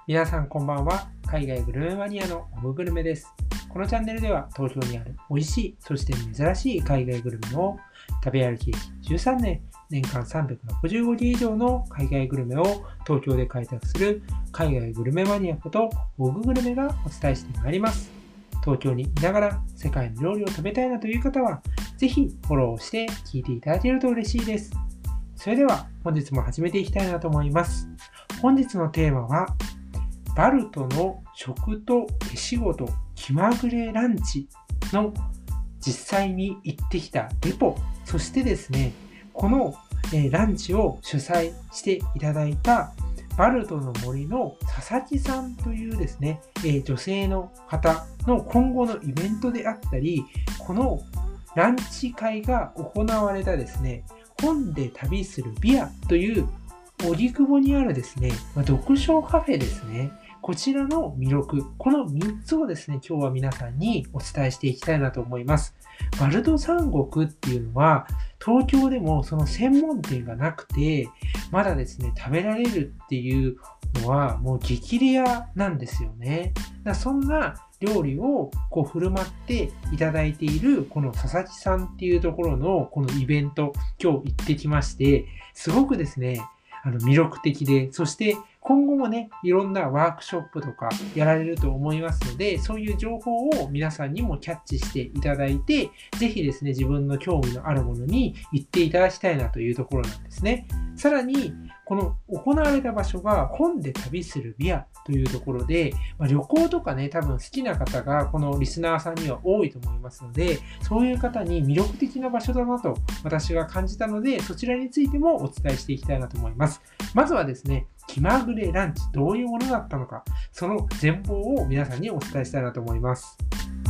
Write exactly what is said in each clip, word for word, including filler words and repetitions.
皆さんこんばんは。海外グルメマニアのオムグルメです。このチャンネルでは東京にある美味しい、そして珍しい海外グルメを食べ歩き歴じゅうさんねん、年間さんびゃくろくじゅうごけん以上の海外グルメを東京で開拓する海外グルメマニアことオググルメがお伝えしてまいります。東京にいながら世界の料理を食べたいなという方は、ぜひフォローして聞いていただけると嬉しいです。それでは本日も始めていきたいなと思います。本日のテーマは、バルトの食と手仕事気まぐれランチの実際に行ってきたレポ、そしてですね、このランチを主催していただいたバルトの森の佐々木さんというですね、女性の方の今後のイベントであったり、このランチ会が行われたですね、本で旅するビアという荻窪にあるですね、読書カフェですね。こちらの魅力、このみっつをですね、今日は皆さんにお伝えしていきたいなと思います。バルト三国っていうのは、東京でもその専門店がなくて、まだですね、食べられるっていうのはもう激レアなんですよね。だそんな料理をこう振る舞っていただいているこの佐々木さんっていうところのこのイベント、今日行ってきまして、すごくですね、あの魅力的で、そして今後もね、いろんなワークショップとかやられると思いますので、そういう情報を皆さんにもキャッチしていただいて、ぜひですね、自分の興味のあるものに行っていただきたいなというところなんですね。さらに、この行われた場所が本で旅するビアというところで、まあ、旅行とかね、多分好きな方がこのリスナーさんには多いと思いますので、そういう方に魅力的な場所だなと私が感じたので、そちらについてもお伝えしていきたいなと思います。まずはですね、気まぐれランチ、どういうものだったのか、その全貌を皆さんにお伝えしたいなと思います。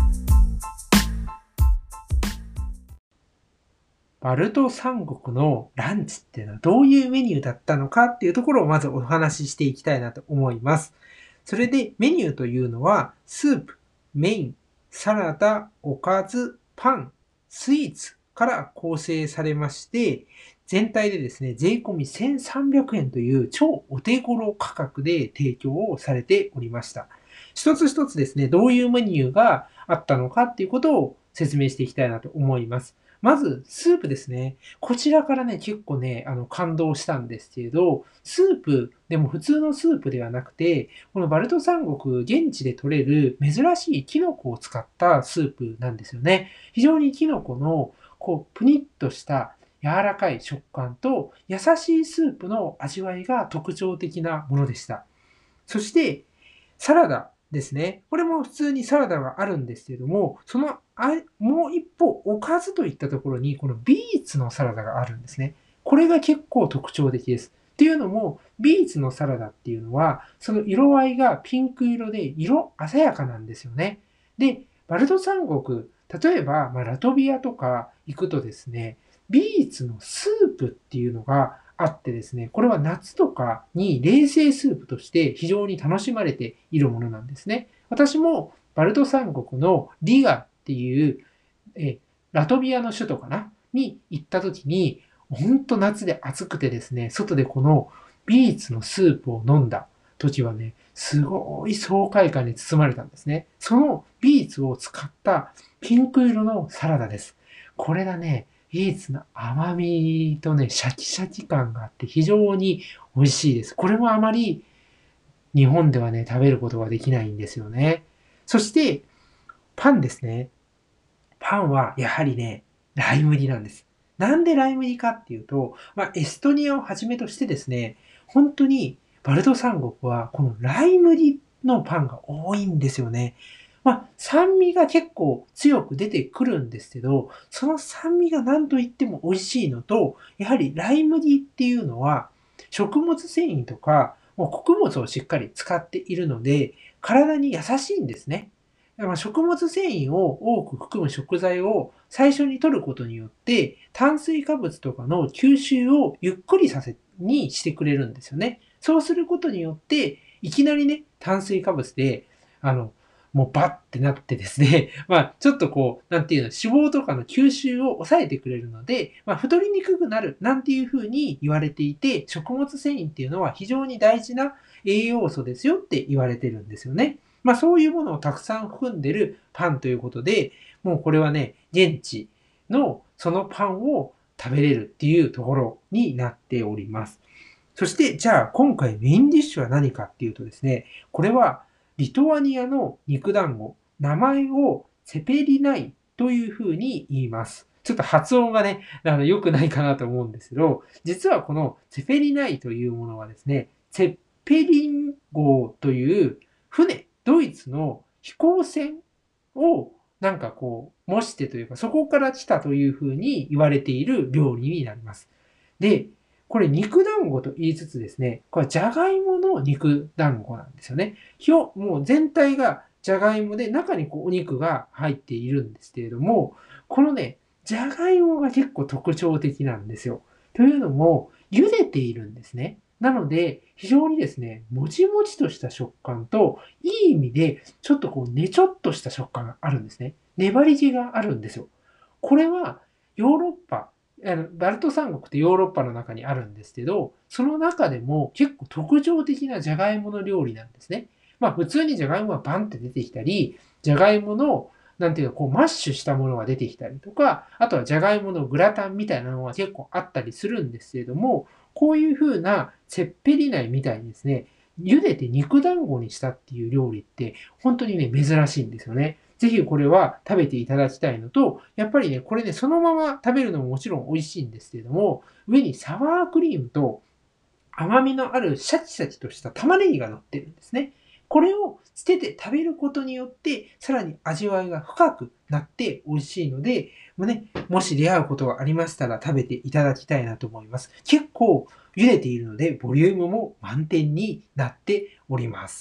バルト三国のランチっていうのはどういうメニューだったのかっていうところをまずお話ししていきたいなと思います。それでメニューというのは、スープ、メイン、サラダ、おかず、パン、スイーツから構成されまして、全体でですね、税込みせんさんびゃくえんという超お手頃価格で提供をされておりました。一つ一つですね、どういうメニューがあったのかっていうことを説明していきたいなと思います。まず、スープですね。こちらからね、結構ね、あの、感動したんですけれど、スープ、でも普通のスープではなくて、このバルト三国、現地で採れる珍しいキノコを使ったスープなんですよね。非常にキノコの、こう、プニッとした柔らかい食感と、優しいスープの味わいが特徴的なものでした。そして、サラダですね。これも普通にサラダがあるんですけれども、そのあもう一方、おかずといったところに、このビーツのサラダがあるんですね。これが結構特徴的です。っていうのも、ビーツのサラダっていうのは、その色合いがピンク色で色鮮やかなんですよね。で、バルト三国、例えば、まあ、ラトビアとか行くとですね、ビーツのスープっていうのがあってですね、これは夏とかに冷製スープとして非常に楽しまれているものなんですね。私もバルト三国のリガっていうえラトビアの首都かなに行った時に、本当夏で暑くてですね、外でこのビーツのスープを飲んだ時はね、すごい爽快感に包まれたんですね。そのビーツを使ったピンク色のサラダです。これがね、ビーツの甘みとね、シャキシャキ感があって非常に美味しいです。これもあまり日本ではね、食べることができないんですよね。そして、パンですね。パンはやはりね、ライ麦なんです。なんでライ麦かっていうと、まあ、エストニアをはじめとしてですね、本当にバルト三国はこのライ麦のパンが多いんですよね。まあ、酸味が結構強く出てくるんですけど、その酸味が何と言っても美味しいのと、やはりライ麦っていうのは食物繊維とか、もう穀物をしっかり使っているので、体に優しいんですね。だから食物繊維を多く含む食材を最初に摂ることによって、炭水化物とかの吸収をゆっくりさせにしてくれるんですよね。そうすることによって、いきなりね、炭水化物で、あの、もうバッってなってですね、まあ、ちょっとこう、なんていうの、脂肪とかの吸収を抑えてくれるので、まあ、太りにくくなる、なんていうふうに言われていて、食物繊維っていうのは非常に大事な栄養素ですよって言われてるんですよね。まあそういうものをたくさん含んでるパンということで、もうこれはね、現地のそのパンを食べれるっていうところになっております。そして、じゃあ今回メインディッシュは何かっていうとですね、これはリトアニアの肉団子、名前をセペリナイというふうに言います。ちょっと発音がね、あの良くないかなと思うんですけど、実はこのセペリナイというものはですね、セッペリン号という船、ドイツの飛行船をなんかこう模してというか、そこから来たというふうに言われている料理になります。で、これ肉団子と言いつつですね、これはじゃがいもの肉団子なんですよね。表、もう全体がじゃがいもで中にこうお肉が入っているんですけれども、このね、じゃがいもが結構特徴的なんですよ。というのも、茹でているんですね。なので、非常にですね、もちもちとした食感と、いい意味で、ちょっとこう、ねちょっとした食感があるんですね。粘り気があるんですよ。これは、ヨーロッパ、あの、バルト三国ってヨーロッパの中にあるんですけど、その中でも結構特徴的なじゃがいもの料理なんですね。まあ普通にじゃがいもがバンって出てきたり、じゃがいもの、なんていうか、こうマッシュしたものが出てきたりとか、あとはじゃがいものグラタンみたいなのが結構あったりするんですけれども、こういう風なセッペリナイみたいにですね、茹でて肉団子にしたっていう料理って本当にね、珍しいんですよね。ぜひこれは食べていただきたいのと、やっぱりね、これね、そのまま食べるのももちろん美味しいんですけれども、上にサワークリームと甘みのあるシャキシャキとした玉ねぎが乗ってるんですね。これをつけて食べることによって、さらに味わいが深くなって美味しいので、も,、ね、もし出会うことがありましたら食べていただきたいなと思います。結構茹でているので、ボリュームも満点になっております。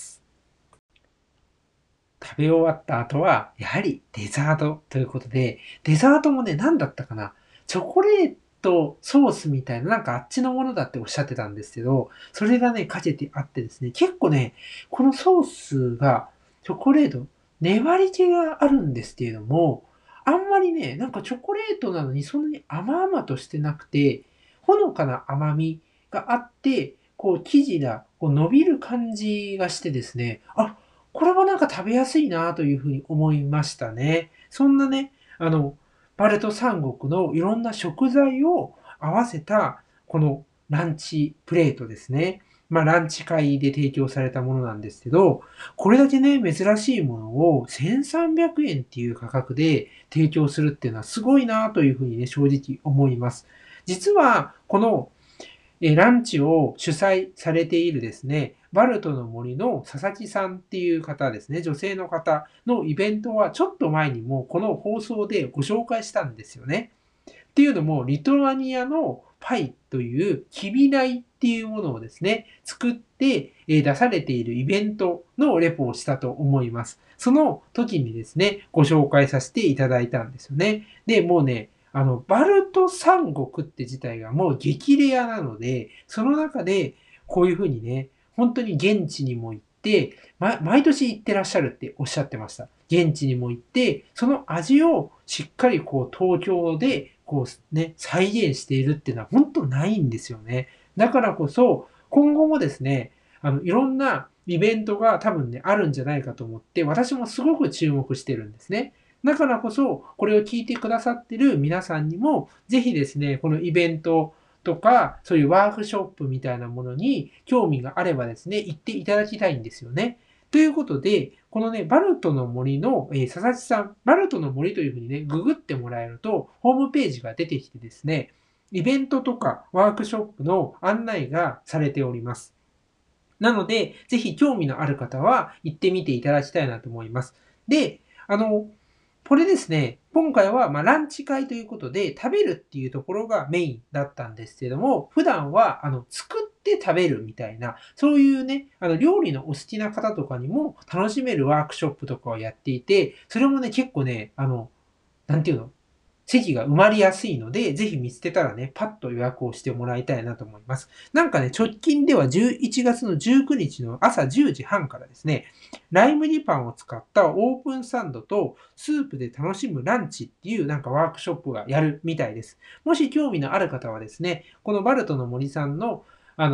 食べ終わった後は、やはりデザートということで、デザートもね、何だったかな、チョコレートソースみたいな、なんかあっちのものだっておっしゃってたんですけど、それがね、かけてあってですね、結構ね、このソースが、チョコレート、粘り気があるんですけれども、あんまりね、なんかチョコレートなのにそんなに甘々としてなくて、ほのかな甘みがあって、こう生地がこう伸びる感じがしてですね、あ、これはなんか食べやすいなというふうに思いましたね。そんなね、あの、バルト三国のいろんな食材を合わせた、このランチプレートですね。まあ、ランチ会で提供されたものなんですけど、これだけね、珍しいものをせんさんびゃくえんっていう価格で提供するっていうのはすごいなというふうにね、正直思います。実は、このえランチを主催されているですね、バルトの森の佐々木さんっていう方ですね、女性の方のイベントはちょっと前にもこの放送でご紹介したんですよね。っていうのも、リトアニアのパイというキビナイっていうものをですね、作って出されているイベントのレポをしたと思います。その時にですね、ご紹介させていただいたんですよね。で、もうね、あの、バルト三国って自体がもう激レアなので、その中でこういうふうにね、本当に現地にも行って、ま、毎年行ってらっしゃるっておっしゃってました。現地にも行って、その味をしっかりこう東京でこうね、再現しているっていうのは本当ないんですよね。だからこそ、今後もですね、あの、いろんなイベントが多分ね、あるんじゃないかと思って、私もすごく注目してるんですね。だからこそ、これを聞いてくださってる皆さんにも、ぜひですね、このイベントとか、そういうワークショップみたいなものに興味があればですね、行っていただきたいんですよね。ということで、このね、バルトの森の、えー佐々木さん、バルトの森というふうにね、ググってもらえると、ホームページが出てきてですね、イベントとかワークショップの案内がされております。なので、ぜひ興味のある方は行ってみていただきたいなと思います。で、あの、これですね、今回はまランチ会ということで、食べるっていうところがメインだったんですけども、普段はあの作って食べるみたいな、そういうね、あの料理のお好きな方とかにも楽しめるワークショップとかをやっていて、それもね、結構ね、あの、なんていうの、席が埋まりやすいので、ぜひ見つけたらね、パッと予約をしてもらいたいなと思います。なんかね、直近ではじゅういちがつのじゅうくにちの朝じゅうじはんからですね、ライ麦パンを使ったオープンサンドとスープで楽しむランチっていうなんかワークショップがやるみたいです。もし興味のある方はですね、このバルトの森さんのあの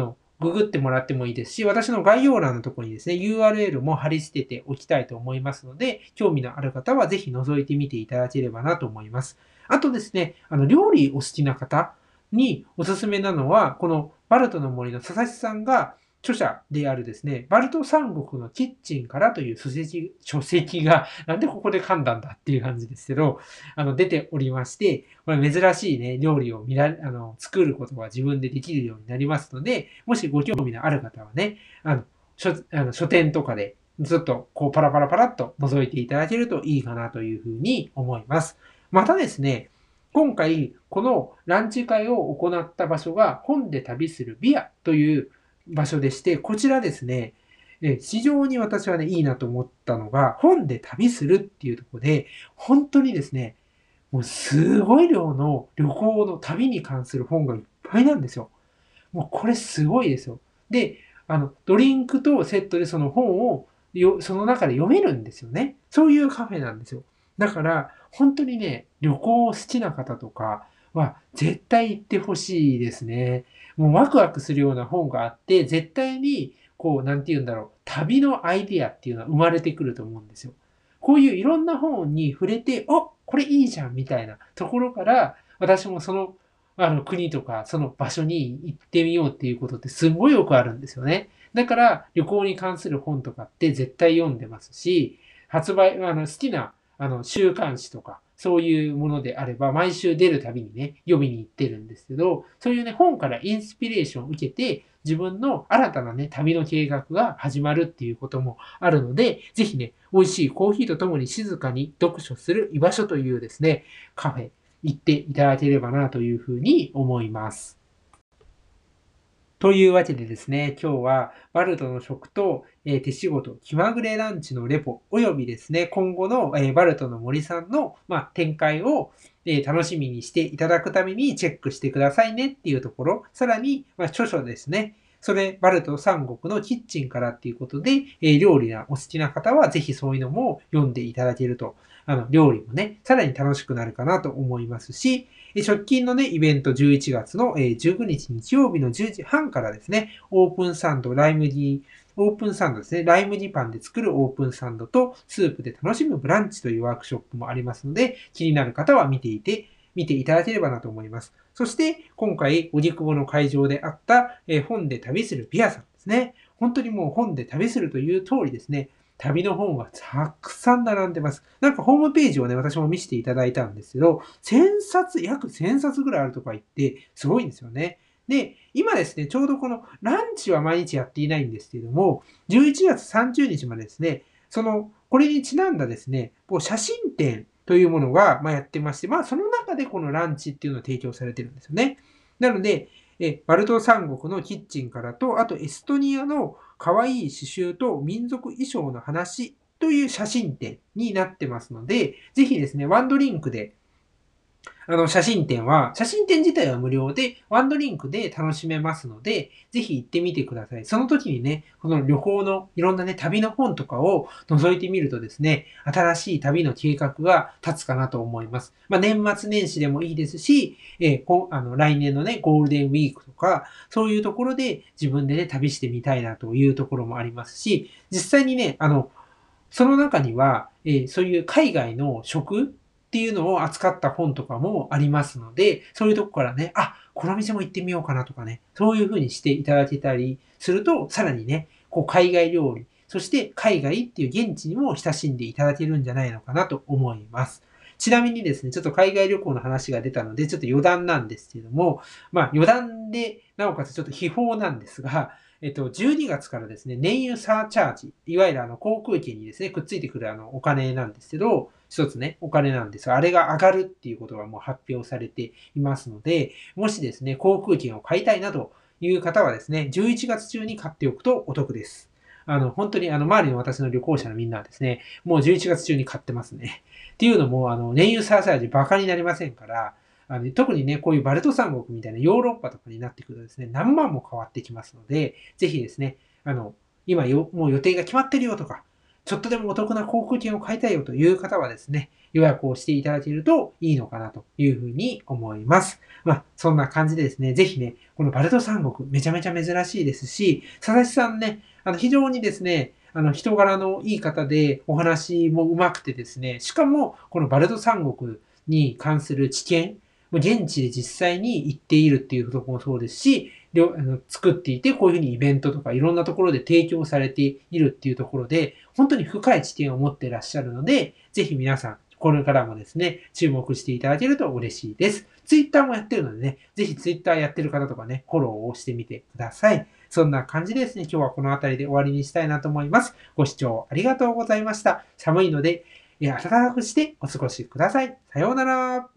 ググってもらってもいいですし、私の概要欄のところにですね、ユーアールエル も貼り付けておきたいと思いますので、興味のある方はぜひ覗いてみていただければなと思います。あとですね、あの、料理お好きな方におすすめなのは、このバルトの森の佐々木さんが著者であるですね、バルト三国のキッチンからという書籍書籍が、なんでここで噛んだんだっていう感じですけど、あの、出ておりまして、これ珍しいね、料理を見らあの、作ることが自分でできるようになりますので、もしご興味のある方はね、あの、書あの書店とかで、ずっとこうパラパラパラっと覗いていただけるといいかなというふうに思います。またですね、今回、このランチ会を行った場所が、本で旅するビアという場所でして、こちらですね、非常に私はね、いいなと思ったのが、本で旅するっていうところで、本当にですね、もうすごい量の旅行の旅に関する本がいっぱいなんですよ。もうこれすごいですよ。で、あの、ドリンクとセットでその本をよ、その中で読めるんですよね。そういうカフェなんですよ。だから、本当にね、旅行好きな方とかは絶対行ってほしいですね。もうワクワクするような本があって、絶対に、こう、なんて言うんだろう、旅のアイディアっていうのは生まれてくると思うんですよ。こういういろんな本に触れて、お、これいいじゃんみたいなところから、私もそのあの国とかその場所に行ってみようっていうことってすごいよくあるんですよね。だから旅行に関する本とかって絶対読んでますし、発売、あの好きなあの週刊誌とかそういうものであれば毎週出るたびにね、読みに行ってるんですけど、そういうね、本からインスピレーションを受けて自分の新たなね、旅の計画が始まるっていうこともあるので、ぜひね、美味しいコーヒーとともに静かに読書する居場所というですね、カフェ、行っていただければなというふうに思います。というわけでですね、今日はバルトの食と、えー手仕事、気まぐれランチのレポ、およびですね、今後の、えーバルトの森さんの、まあ、展開を、えー楽しみにしていただくためにチェックしてくださいねっていうところ、さらに、まあ、著書ですね。それ、バルト三国のキッチンからっていうことで、えー料理がお好きな方はぜひそういうのも読んでいただけると、あの、料理もね、さらに楽しくなるかなと思いますし、直近のね、イベントじゅういちがつのじゅうくにち日曜日のじゅうじはんからですね、オープンサンド、ライ麦ディ、オープンサンドですね、ライ麦パンで作るオープンサンドとスープで楽しむブランチというワークショップもありますので、気になる方は見ていて、見ていただければなと思います。そして、今回、荻窪の会場であった、えー本で旅するビアさんですね。本当にもう本で旅するという通りですね、旅の本がたくさん並んでます。なんかホームページをね、私も見せていただいたんですけど、せんさつ、約せんさつぐらいあるとか言って、すごいんですよね。で、今ですね、ちょうどこのランチは毎日やっていないんですけれども、じゅういちがつさんじゅうにちまでですね、その、これにちなんだですね、こう写真展というものが、まあ、やってまして、まあ、その中でこのランチっていうのを提供されてるんですよね。なので、えバルト三国のキッチンからと、あとエストニアの可愛い刺繍と民族衣装の話という写真展になってますので、ぜひですね、ワンドリンクであの、写真展は、写真展自体は無料で、ワンドリンクで楽しめますので、ぜひ行ってみてください。その時にね、この旅行のいろんなね、旅の本とかを覗いてみるとですね、新しい旅の計画が立つかなと思います。まあ、年末年始でもいいですし、えーこあの来年のね、ゴールデンウィークとか、そういうところで自分でね、旅してみたいなというところもありますし、実際にね、あの、その中には、えーそういう海外の食っていうのを扱った本とかもありますので、そういうとこからね、あ、この店も行ってみようかなとかね、そういう風にしていただけたりすると、さらにね、こう海外料理、そして海外っていう現地にも親しんでいただけるんじゃないのかなと思います。ちなみにですね、ちょっと海外旅行の話が出たので、ちょっと余談なんですけれども、まあ余談で、なおかつちょっと秘宝なんですが、えっと、じゅうにがつからですね、燃油サーチャージ、いわゆるあの航空券にですね、くっついてくるあのお金なんですけど、一つね、お金なんですが、あれが上がるっていうことがもう発表されていますので、もしですね、航空券を買いたいなという方はですね、じゅういちがつ中に買っておくとお得です。あの、本当にあの、周りの私の旅行者のみんなはですね、もうじゅういちがつ中に買ってますね。っていうのも、あの、燃油サーチャージバカになりませんから、あの特にね、こういうバルト三国みたいなヨーロッパとかになってくるとですね、何万も変わってきますので、ぜひですね、あの、今よ、もう予定が決まってるよとか、 ちょっとでもお得な航空券を買いたいよという方はですね、予約をしていただけるといいのかなというふうに思います。まあ、そんな感じでですね、ぜひね、このバルト三国めちゃめちゃ珍しいですし、佐々木さんね、あの、非常にですね、あの、人柄のいい方で、お話も上手くてですね、しかも、このバルト三国に関する知見、現地で実際に行っているっていうところもそうですし、あの作っていて、こういうふうにイベントとかいろんなところで提供されているっていうところで、本当に深い知見を持っていらっしゃるので、ぜひ皆さん、これからもですね、注目していただけると嬉しいです。ツイッターもやってるのでね、ぜひツイッターやってる方とかね、フォローをしてみてください。そんな感じでですね、今日はこの辺りで終わりにしたいなと思います。ご視聴ありがとうございました。寒いので、暖かくしてお過ごしください。さようなら。